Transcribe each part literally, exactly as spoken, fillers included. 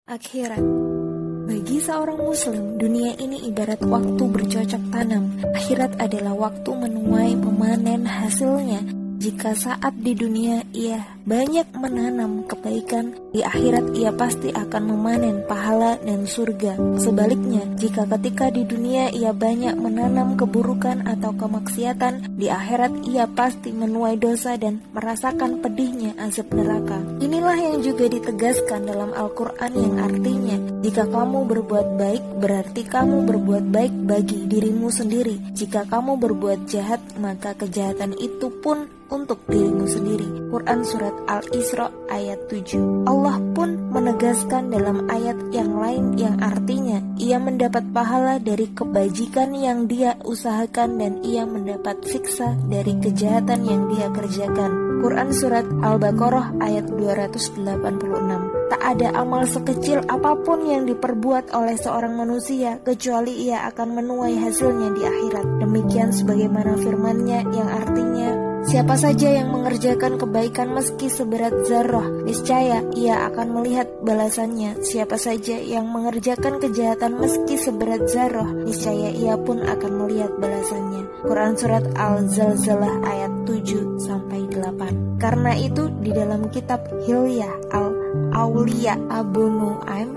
Akhirat. Bagi seorang muslim, dunia ini ibarat waktu bercocok tanam. Akhirat adalah waktu menuai memanen hasilnya. Jika saat di dunia ia banyak menanam kebaikan, di akhirat ia pasti akan memanen pahala dan surga. Sebaliknya, jika ketika di dunia ia banyak menanam keburukan atau kemaksiatan, di akhirat ia pasti menuai dosa dan merasakan pedihnya azab neraka. Inilah yang juga ditegaskan dalam Al-Quran yang artinya, jika kamu berbuat baik, berarti kamu berbuat baik bagi dirimu sendiri. Jika kamu berbuat jahat, maka kejahatan itu pun untuk dirimu sendiri. Quran Surat Al-Isra ayat tujuh. Allah pun menegaskan dalam ayat yang lain yang artinya ia mendapat pahala dari kebajikan yang dia usahakan dan ia mendapat siksa dari kejahatan yang dia kerjakan. Quran Surat Al-Baqarah ayat dua ratus delapan puluh enam. Tak ada amal sekecil apapun yang diperbuat oleh seorang manusia kecuali ia akan menuai hasilnya di akhirat. Demikian sebagaimana firman-Nya yang artinya, siapa saja yang mengerjakan kebaikan meski seberat zarrah, niscaya ia akan melihat balasannya. Siapa saja yang mengerjakan kejahatan meski seberat zarrah, niscaya ia pun akan melihat balasannya. Quran Surat Al-Zalzalah ayat tujuh sampai delapan. Karena itu di dalam kitab Hilyah Al-Auliya Abu Nu'aim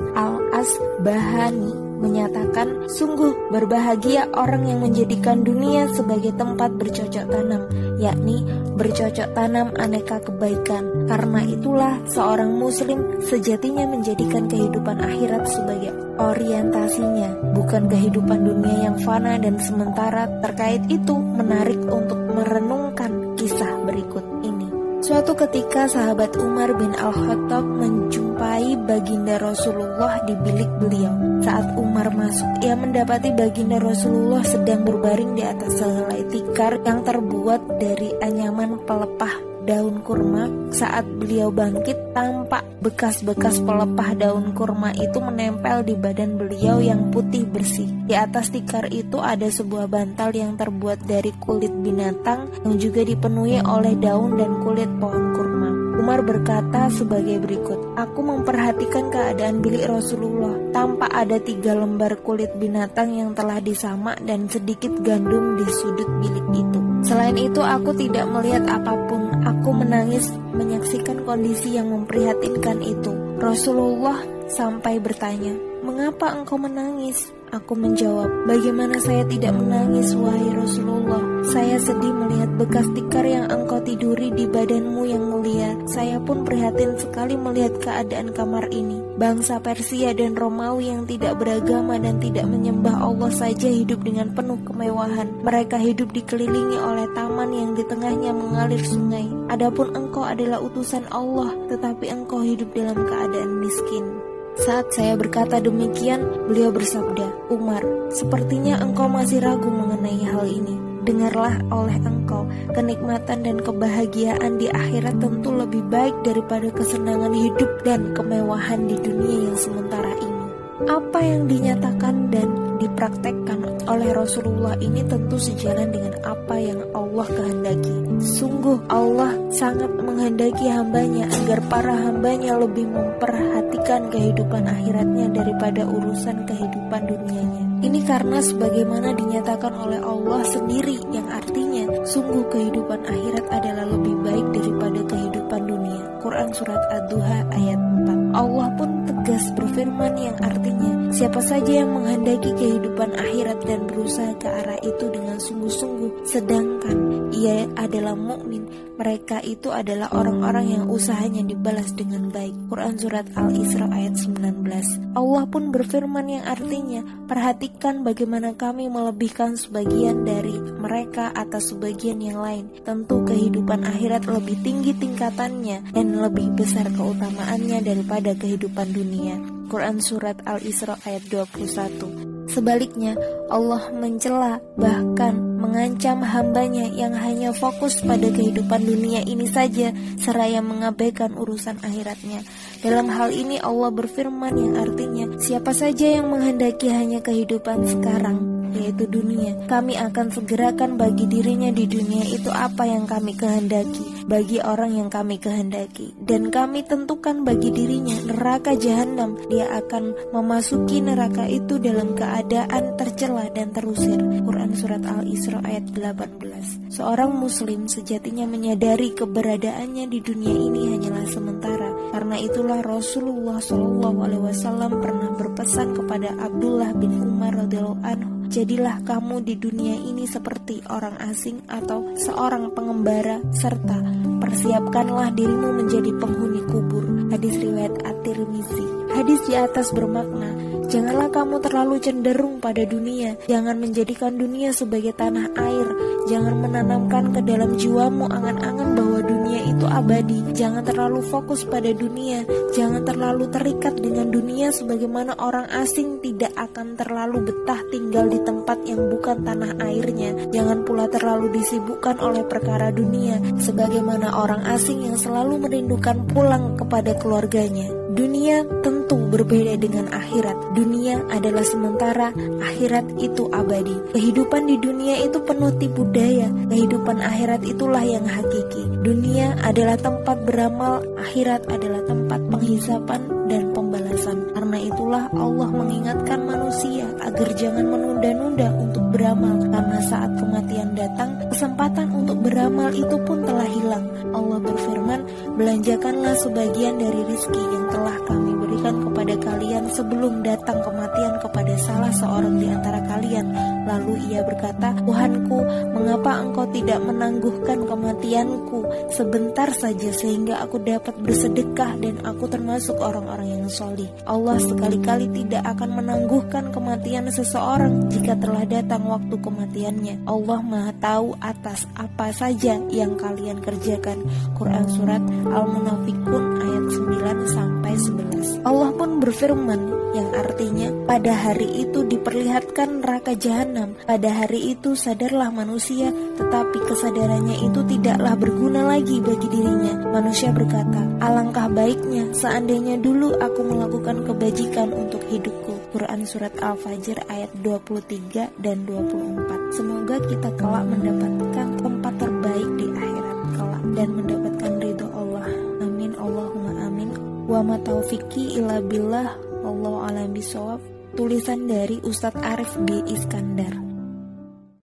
Al-Asbahani menyatakan, sungguh berbahagia orang yang menjadikan dunia sebagai tempat bercocok tanam, yakni bercocok tanam aneka kebaikan. Karena itulah seorang muslim sejatinya menjadikan kehidupan akhirat sebagai orientasinya, bukan kehidupan dunia yang fana dan sementara. Terkait itu menarik untuk merenungkan kisah berikut ini. Suatu ketika sahabat Umar bin Al-Khattab menjumpai baginda Rasulullah di bilik beliau. Saat Umar masuk, ia mendapati baginda Rasulullah sedang berbaring di atas sehelai tikar yang terbuat dari anyaman pelepah daun kurma. Saat beliau bangkit, tampak bekas-bekas pelepah daun kurma itu menempel di badan beliau yang putih bersih. Di atas tikar itu ada sebuah bantal yang terbuat dari kulit binatang yang juga dipenuhi oleh daun dan kulit pohon kurma. Umar berkata sebagai berikut, aku memperhatikan keadaan bilik Rasulullah. Tampak ada tiga lembar kulit binatang yang telah disamak dan sedikit gandum di sudut bilik itu. Selain itu aku tidak melihat apapun. Aku menangis menyaksikan kondisi yang memprihatinkan itu. Rasulullah sampai bertanya, mengapa engkau menangis? Aku menjawab, bagaimana saya tidak menangis wahai Rasulullah? Saya sedih melihat bekas tikar yang engkau tiduri di badanmu yang mulia. Saya pun prihatin sekali melihat keadaan kamar ini. Bangsa Persia dan Romawi yang tidak beragama dan tidak menyembah Allah saja hidup dengan penuh kemewahan. Mereka hidup dikelilingi oleh taman yang di tengahnya mengalir sungai. Adapun engkau adalah utusan Allah, tetapi engkau hidup dalam keadaan miskin. Saat saya berkata demikian, beliau bersabda, Umar, sepertinya engkau masih ragu mengenai hal ini. Dengarlah oleh engkau, kenikmatan dan kebahagiaan di akhirat tentu lebih baik daripada kesenangan hidup dan kemewahan di dunia yang sementara ini. Apa yang dinyatakan dan dipraktekkan oleh Rasulullah ini tentu sejalan dengan apa yang Allah kehendaki. Sungguh Allah sangat menghendaki hambanya agar para hambanya lebih memperhatikan kehidupan akhiratnya daripada urusan kehidupan dunianya. Ini karena sebagaimana dinyatakan oleh Allah sendiri yang artinya sungguh kehidupan akhirat adalah lebih baik daripada kehidupan dunia. Quran Surat Ad-Duha ayat empat. Allah pun tegas berfirman yang artinya, siapa saja yang menghendaki kehidupan akhirat dan berusaha ke arah itu dengan sungguh-sungguh, sedangkan ia adalah mukmin, mereka itu adalah orang-orang yang usahanya dibalas dengan baik. Quran Surat Al-Isra ayat sembilan belas. Allah pun berfirman yang artinya, perhatikan bagaimana kami melebihkan sebagian dari mereka atas sebagian yang lain. Tentu kehidupan akhirat lebih tinggi tingkatannya dan lebih besar keutamaannya daripada kehidupan dunia. Quran Surat Al-Isra ayat dua puluh satu. Sebaliknya, Allah mencela bahkan mengancam hambanya yang hanya fokus pada kehidupan dunia ini saja seraya mengabaikan urusan akhiratnya. Dalam hal ini Allah berfirman yang artinya, siapa saja yang menghendaki hanya kehidupan sekarang, yaitu dunia. Kami akan segerakan bagi dirinya di dunia itu apa yang kami kehendaki, bagi orang yang kami kehendaki. Dan kami tentukan bagi dirinya neraka jahanam. Dia akan memasuki neraka itu dalam keadaan tercela dan terusir. Quran Surat Al-Isra ayat delapan belas. Seorang muslim sejatinya menyadari keberadaannya di dunia ini hanyalah sementara. Karena itulah Rasulullah shallallahu alaihi wasallam pernah berpesan kepada Abdullah bin Umar radhiyallahu anhu, jadilah kamu di dunia ini seperti orang asing atau seorang pengembara, serta persiapkanlah dirimu menjadi penghuni kubur. Hadis riwayat At-Tirmizi. Hadis di atas bermakna, janganlah kamu terlalu cenderung pada dunia. Jangan menjadikan dunia sebagai tanah air. Jangan menanamkan ke dalam jiwamu angan-angan bahwa dunia itu abadi. Jangan terlalu fokus pada dunia. Jangan terlalu terikat dengan dunia sebagaimana orang asing tidak akan terlalu betah tinggal di tempat yang bukan tanah airnya. Jangan pula terlalu disibukkan oleh perkara dunia sebagaimana orang asing yang selalu merindukan pulang kepada keluarganya. Dunia tentu berbeda dengan akhirat. Dunia adalah sementara, akhirat itu abadi. Kehidupan di dunia itu penuh tipu daya. Kehidupan akhirat itulah yang hakiki. Dunia adalah tempat beramal, akhirat adalah tempat penghisapan dan pembalasan. Karena itulah Allah mengingatkan manusia agar jangan menunda-nunda untuk beramal, karena saat kematian datang, kesempatan untuk beramal itu pun telah hilang. Allah berfirman, belanjakanlah sebagian dari rizki yang telah kami berikan kepada kalian sebelum datang kematian kepada salah seorang di antara kalian. Lalu ia berkata, Tuhanku, mengapa engkau tidak menangguhkan kematianku sebentar saja sehingga aku dapat bersedekah dan aku termasuk orang-orang yang solih. Allah sekali-kali tidak akan menangguhkan kematian seseorang jika telah datang waktu kematiannya. Allah Maha tahu atas apa saja yang kalian kerjakan. Quran Surat Al-Munafikun ayat sembilan sampai sebelas. Allah pun berfirman yang artinya, pada hari itu diperlihatkan neraka jahanam. Pada hari itu sadarlah manusia, tetapi kesadarannya itu tidaklah berguna lagi bagi dirinya. Manusia berkata, alangkah baiknya seandainya dulu aku melakukan kebajikan untuk hidupku. Quran Surat Al-Fajr ayat dua puluh tiga dan dua puluh empat. Semoga kita kelak mendapatkan tempat terbaik di akhirat kelak dan mendapatkan ridho Allah. Amin Allahumma amin. Wa ma taufiqi illa billah. Wallahu a'lam bishawab. Tulisan dari Ustadz Arif B. Iskandar.